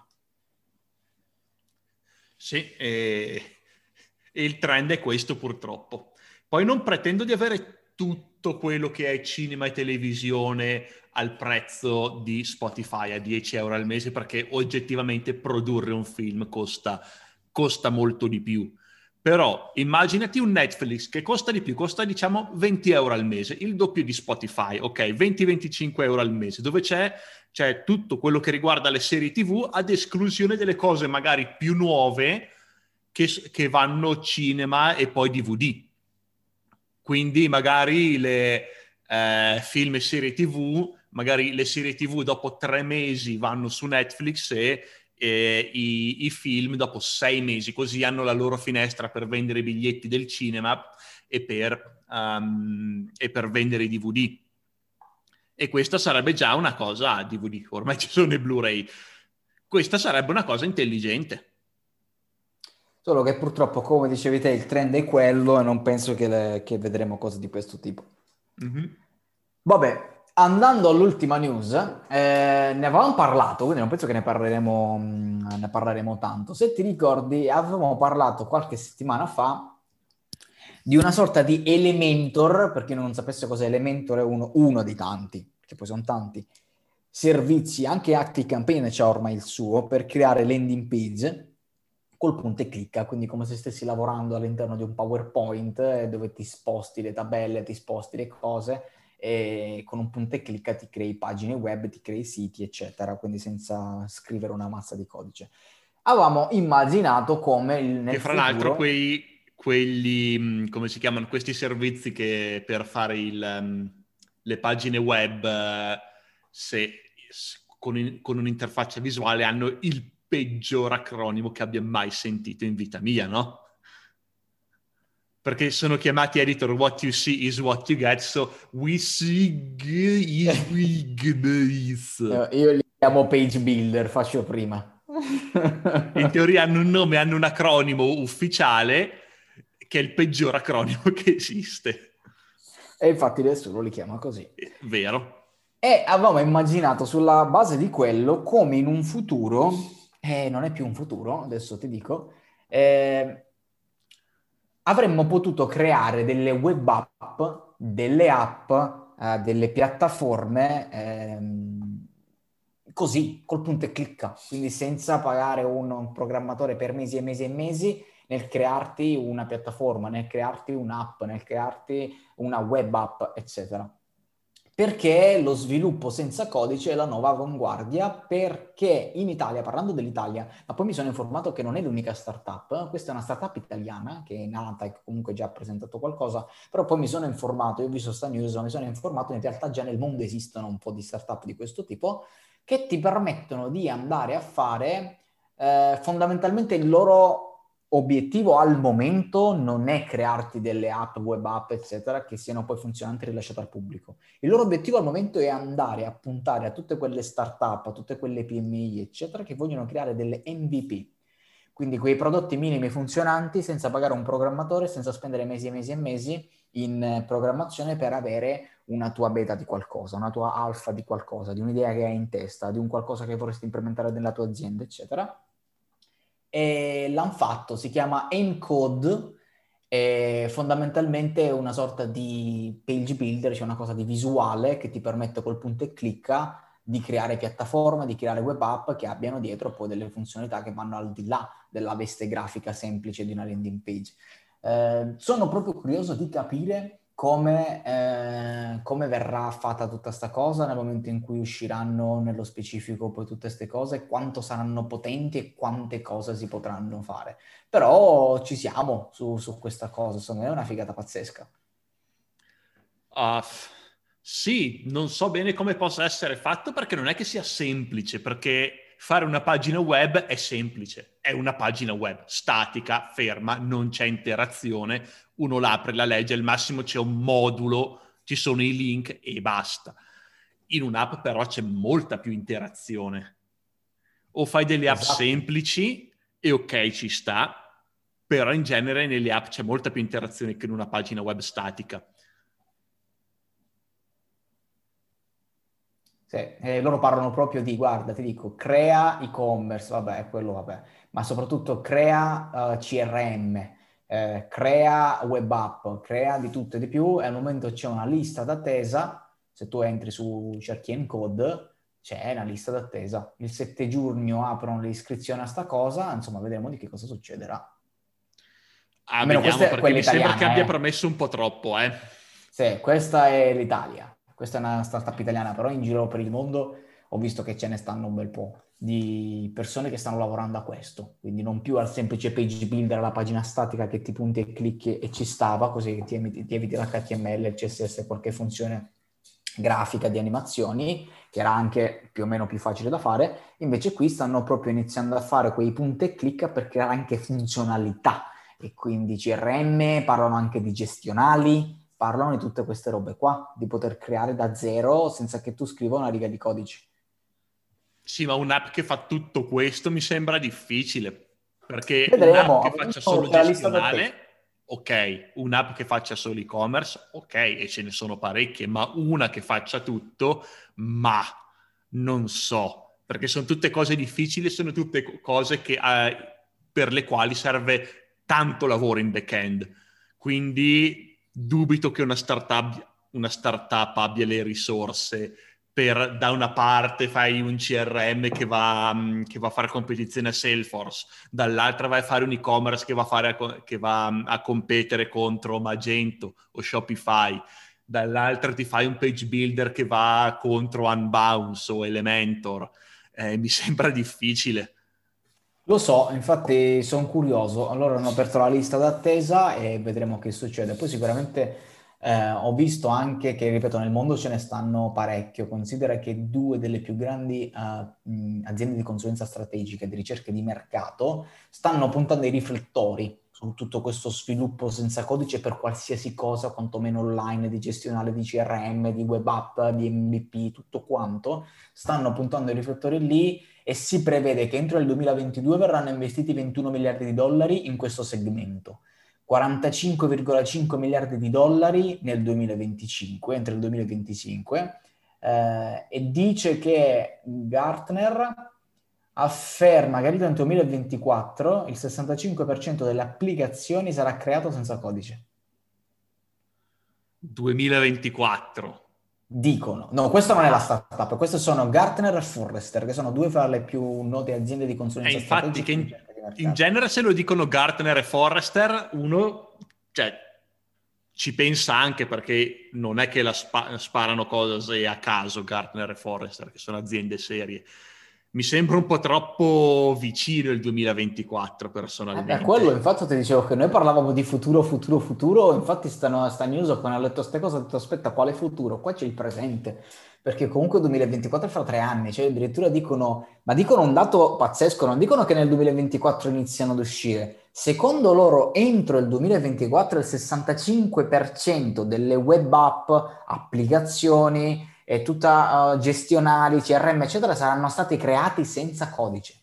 Sì, e il trend è questo purtroppo. Poi non pretendo di avere tutto quello che è cinema e televisione al prezzo di Spotify a dieci euro al mese, perché oggettivamente produrre un film costa, costa molto di più. Però immaginati un Netflix che costa di più, costa diciamo venti euro al mese, il doppio di Spotify, ok, venti venticinque euro al mese, dove c'è, c'è tutto quello che riguarda le serie tivù ad esclusione delle cose magari più nuove che, che vanno cinema e poi D V D. Quindi magari le eh, film e serie tivù, magari le serie tivù dopo tre mesi vanno su Netflix e e i, i film dopo sei mesi, così hanno la loro finestra per vendere i biglietti del cinema e per, um, e per vendere i D V D. E questa sarebbe già una cosa D V D, ormai ci sono i Blu-ray. Questa sarebbe una cosa intelligente. Solo che purtroppo, come dicevi te, il trend è quello e non penso che, le- che vedremo cose di questo tipo. Mm-hmm. Vabbè, andando all'ultima news, eh, ne avevamo parlato, quindi non penso che ne parleremo, mh, ne parleremo tanto. Se ti ricordi, avevamo parlato qualche settimana fa di una sorta di Elementor, per chi non sapesse cos'è Elementor, è uno, uno dei tanti, che poi sono tanti, servizi, anche Active Campaign c'ha ormai il suo, per creare landing page col punta e clicca, quindi come se stessi lavorando all'interno di un PowerPoint eh, dove ti sposti le tabelle, ti sposti le cose e con un punta e clicca ti crei pagine web, ti crei siti, eccetera, quindi senza scrivere una massa di codice. Avevamo immaginato come il- Che nel fra l'altro futuro... quei, quelli, mh, come si chiamano, questi servizi che per fare il, um, le pagine web, uh, se, s- con, in- con un'interfaccia visuale hanno il peggior acronimo che abbia mai sentito in vita mia, no? Perché sono chiamati editor what you see is what you get, so we see g is we g this. Io, io li chiamo page builder, faccio prima. In teoria hanno un nome, hanno un acronimo ufficiale che è il peggior acronimo che esiste. E infatti nessuno li chiama così. Vero. E avevamo immaginato sulla base di quello come in un futuro, eh, non è più un futuro, adesso ti dico, eh, avremmo potuto creare delle web app, delle app, eh, delle piattaforme ehm, così, col punto e clicca, quindi senza pagare un, un programmatore per mesi e mesi e mesi nel crearti una piattaforma, nel crearti un'app, nel crearti una web app, eccetera. Perché lo sviluppo senza codice è la nuova avanguardia, perché in Italia, parlando dell'Italia, ma poi mi sono informato che non è l'unica startup, questa è una startup italiana che è nata e comunque già ha presentato qualcosa, però poi mi sono informato, io ho visto sta news, mi sono informato, in realtà già nel mondo esistono un po' di startup di questo tipo, che ti permettono di andare a fare eh, fondamentalmente il loro obiettivo al momento non è crearti delle app, web app, eccetera, che siano poi funzionanti e rilasciate al pubblico. Il loro obiettivo al momento è andare a puntare a tutte quelle start-up, a tutte quelle P M I, eccetera, che vogliono creare delle M V P. Quindi quei prodotti minimi funzionanti senza pagare un programmatore, senza spendere mesi e mesi e mesi in programmazione per avere una tua beta di qualcosa, una tua alfa di qualcosa, di un'idea che hai in testa, di un qualcosa che vorresti implementare nella tua azienda, eccetera. E l'hanno fatto, si chiama Encode, è fondamentalmente una sorta di page builder, cioè una cosa di visuale che ti permette col punto e clicca di creare piattaforme, di creare web app che abbiano dietro poi delle funzionalità che vanno al di là della veste grafica semplice di una landing page. Eh, sono proprio curioso di capire come, eh, come verrà fatta tutta sta cosa nel momento in cui usciranno nello specifico poi tutte queste cose, quanto saranno potenti e quante cose si potranno fare. Però ci siamo su, su questa cosa, secondo me è una figata pazzesca. Uh, sì, non so bene come possa essere fatto perché non è che sia semplice, perché fare una pagina web è semplice, è una pagina web statica, ferma, non c'è interazione, uno l'apre, la legge, al massimo c'è un modulo, ci sono i link e basta. In un'app però c'è molta più interazione. O fai delle app Esatto. semplici e ok, ci sta, però in genere nelle app c'è molta più interazione che in una pagina web statica. Sì, eh, loro parlano proprio di, guarda, ti dico, crea e-commerce, vabbè, quello vabbè, ma soprattutto crea uh, C R M, eh, crea web app, crea di tutto e di più, e al momento c'è una lista d'attesa, se tu entri su cerchi Encode, c'è una lista d'attesa. Il sette giugno aprono le iscrizioni a sta cosa, insomma, vedremo di che cosa succederà. Ah, Almeno vediamo, questa è perché quella mi sembra che italiana, abbia eh. promesso un po' troppo, eh. Sì, questa è l'Italia, questa è una startup italiana, però in giro per il mondo ho visto che ce ne stanno un bel po' di persone che stanno lavorando a questo, quindi non più al semplice page builder, alla pagina statica che ti punti e clicchi e ci stava, così ti eviti, ti eviti l'H T M L, il C S S, qualche funzione grafica di animazioni, che era anche più o meno più facile da fare, invece qui stanno proprio iniziando a fare quei punti e clicca per creare anche funzionalità, e quindi C R M, parlano anche di gestionali, parlano di tutte queste robe qua, di poter creare da zero senza che tu scriva una riga di codice. Sì, ma un'app che fa tutto questo mi sembra difficile, perché un'app Vedremo, che faccia avremo solo c'è la lista d'attesa. gestionale, ok, un'app che faccia solo e-commerce, ok, e ce ne sono parecchie, ma una che faccia tutto, ma non so, perché sono tutte cose difficili, sono tutte co- cose che, eh, per le quali serve tanto lavoro in back-end, quindi dubito che una startup, una startup abbia le risorse per, da una parte fai un C R M che va, mh, che va a fare competizione a Salesforce, dall'altra vai a fare un e-commerce che va a, fare a, che va mh, a competere contro Magento o Shopify, dall'altra ti fai un page builder che va contro Unbounce o Elementor. Eh, mi sembra difficile. Lo so, infatti sono curioso. Allora hanno aperto la lista d'attesa e vedremo che succede. Poi sicuramente eh, ho visto anche che, ripeto, nel mondo ce ne stanno parecchio. Considera che due delle più grandi eh, mh, aziende di consulenza strategica e di ricerca di mercato stanno puntando i riflettori su tutto questo sviluppo senza codice per qualsiasi cosa, quantomeno online, di gestionale, di C R M, di web app, di M V P, tutto quanto. Stanno puntando i riflettori lì e si prevede che entro il duemilaventidue verranno investiti ventuno miliardi di dollari in questo segmento, quarantacinque virgola cinque miliardi di dollari nel duemilaventicinque, entro il duemilaventicinque, eh, e dice che Gartner afferma che entro il duemilaventiquattro il sessantacinque per cento delle applicazioni sarà creato senza codice. duemilaventiquattro. Dicono, no, questa non è la startup, queste sono Gartner e Forrester, che sono due fra le più note aziende di E consulenza infatti strategica che e in, ricerca di in mercato. genere se lo dicono Gartner e Forrester, uno, cioè, ci pensa anche perché non è che la spa- sparano cose a caso Gartner e Forrester, che sono aziende serie. Mi sembra un po' troppo vicino il duemilaventiquattro Eh beh, quello, personalmente. infatti ti dicevo che noi parlavamo di futuro, futuro, futuro, infatti stanno, sta news appena ho letto queste cose ho detto aspetta, quale futuro? Qua c'è il presente, perché comunque duemilaventiquattro è fra tre anni, cioè addirittura dicono, ma dicono un dato pazzesco, non dicono che nel duemilaventiquattro iniziano ad uscire, secondo loro entro il duemilaventiquattro il sessantacinque per cento delle web app, applicazioni e tutta uh, gestionali, C R M eccetera saranno stati creati senza codice.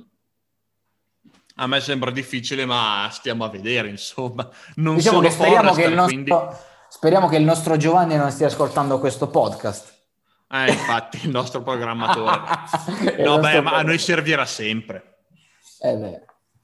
A me sembra difficile, ma stiamo a vedere, insomma. Non Diciamo che sono speriamo che il Forrester, quindi... nostro, speriamo che il nostro Giovanni non stia ascoltando questo podcast. Eh, infatti, il nostro programmatore. Il No, beh, nostro ma a noi programma. servirà sempre. Eh beh.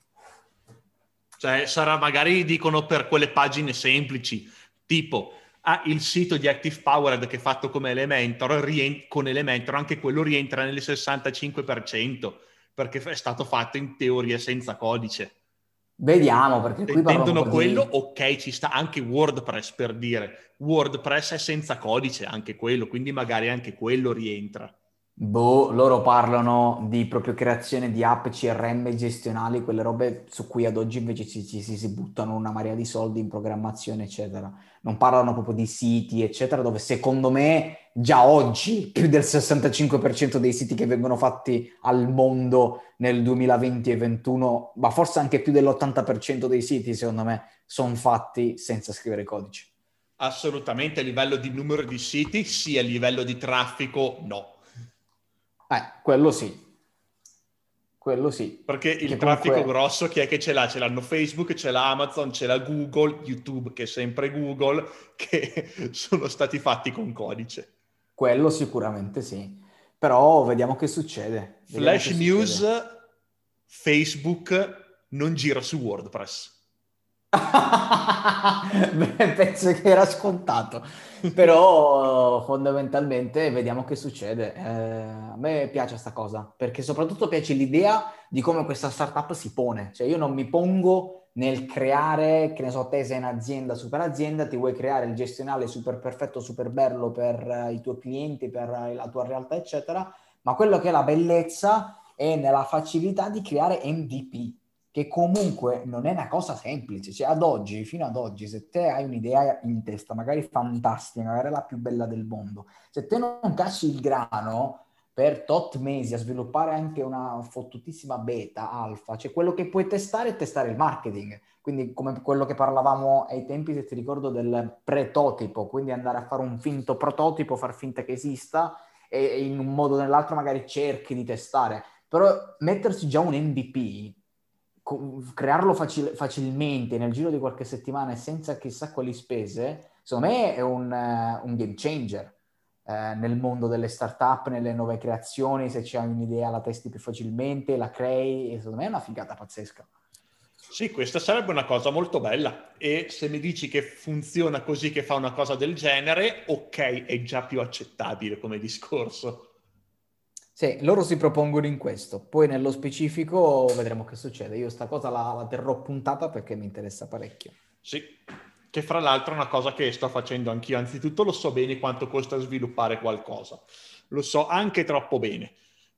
Cioè, sarà magari dicono per quelle pagine semplici, tipo ah, il sito di Active Powered che è fatto come Elementor, rien- con Elementor, anche quello rientra nel sessantacinque per cento, perché è stato fatto in teoria senza codice. Vediamo, perché Se qui parlo intendono proprio quello, di... ok, ci sta anche WordPress per dire. WordPress è senza codice, anche quello, quindi magari anche quello rientra. Boh, loro parlano di proprio creazione di app C R M gestionali, quelle robe su cui ad oggi invece ci, ci- ci si buttano una marea di soldi in programmazione, eccetera. Non parlano proprio di siti, eccetera, dove secondo me già oggi più del sessantacinque per cento dei siti che vengono fatti al mondo nel duemilaventi e ventuno, ma forse anche più dell'ottanta per cento dei siti, secondo me, sono fatti senza scrivere codice. Assolutamente a livello di numero di siti, sì, a livello di traffico, no. Eh, quello sì, quello sì, Perché il che traffico comunque... grosso chi è che ce l'ha? Ce l'hanno Facebook, ce l'ha Amazon, ce l'ha Google, YouTube che è sempre Google, che sono stati fatti con codice. Quello sicuramente sì, però vediamo che succede, vediamo Flash che news, succede. Facebook non gira su WordPress. Beh, penso che era scontato, però fondamentalmente vediamo che succede. Eh, a me piace sta cosa, perché soprattutto piace l'idea di come questa startup si pone. Cioè io non mi pongo nel creare, che ne so, te sei un'azienda, super azienda, ti vuoi creare il gestionale super perfetto, super bello per eh, i tuoi clienti, per eh, la tua realtà, eccetera, ma quello che è la bellezza è nella facilità di creare M V P, che comunque non è una cosa semplice, cioè ad oggi, fino ad oggi, se te hai un'idea in testa, magari fantastica, magari la più bella del mondo, se te non casci il grano per tot mesi a sviluppare anche una fottutissima beta, alfa, cioè quello che puoi testare è testare il marketing, quindi come quello che parlavamo ai tempi, se ti ricordo, del pretotipo, quindi andare a fare un finto prototipo, far finta che esista e in un modo o nell'altro magari cerchi di testare, però mettersi già un M V P, crearlo facil- facilmente nel giro di qualche settimana e senza chissà quali spese, secondo me è un, uh, un game changer eh, nel mondo delle startup, nelle nuove creazioni. Se c'hai un'idea la testi più facilmente, la crei, e secondo me è una figata pazzesca. Sì, questa sarebbe una cosa molto bella e se mi dici che funziona così, che fa una cosa del genere, ok, è già più accettabile come discorso. Sì, loro si propongono in questo, poi nello specifico vedremo che succede. Io sta cosa la, la terrò puntata perché mi interessa parecchio. Sì, che fra l'altro è una cosa che sto facendo anch'io. Anzitutto lo so bene quanto costa sviluppare qualcosa. Lo so anche troppo bene.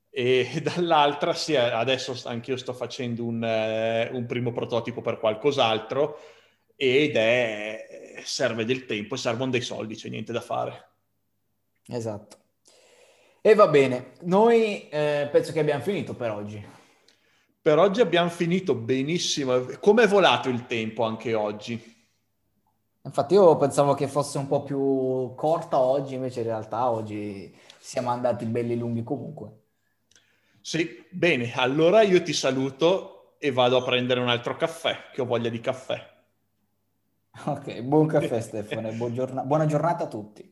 e dall'altra sì, adesso anche io sto facendo un, eh, un primo prototipo per qualcos'altro ed è serve del tempo e servono dei soldi, c'è niente da fare. Esatto. E va bene, noi eh, penso che abbiamo finito per oggi. Per oggi abbiamo finito benissimo. Come è volato il tempo anche oggi? Infatti io pensavo che fosse un po' più corta oggi, invece in realtà oggi siamo andati belli lunghi comunque. Sì, bene, allora io ti saluto e vado a prendere un altro caffè, che ho voglia di caffè. Ok, buon caffè Stefano e buon giorna- buona giornata a tutti.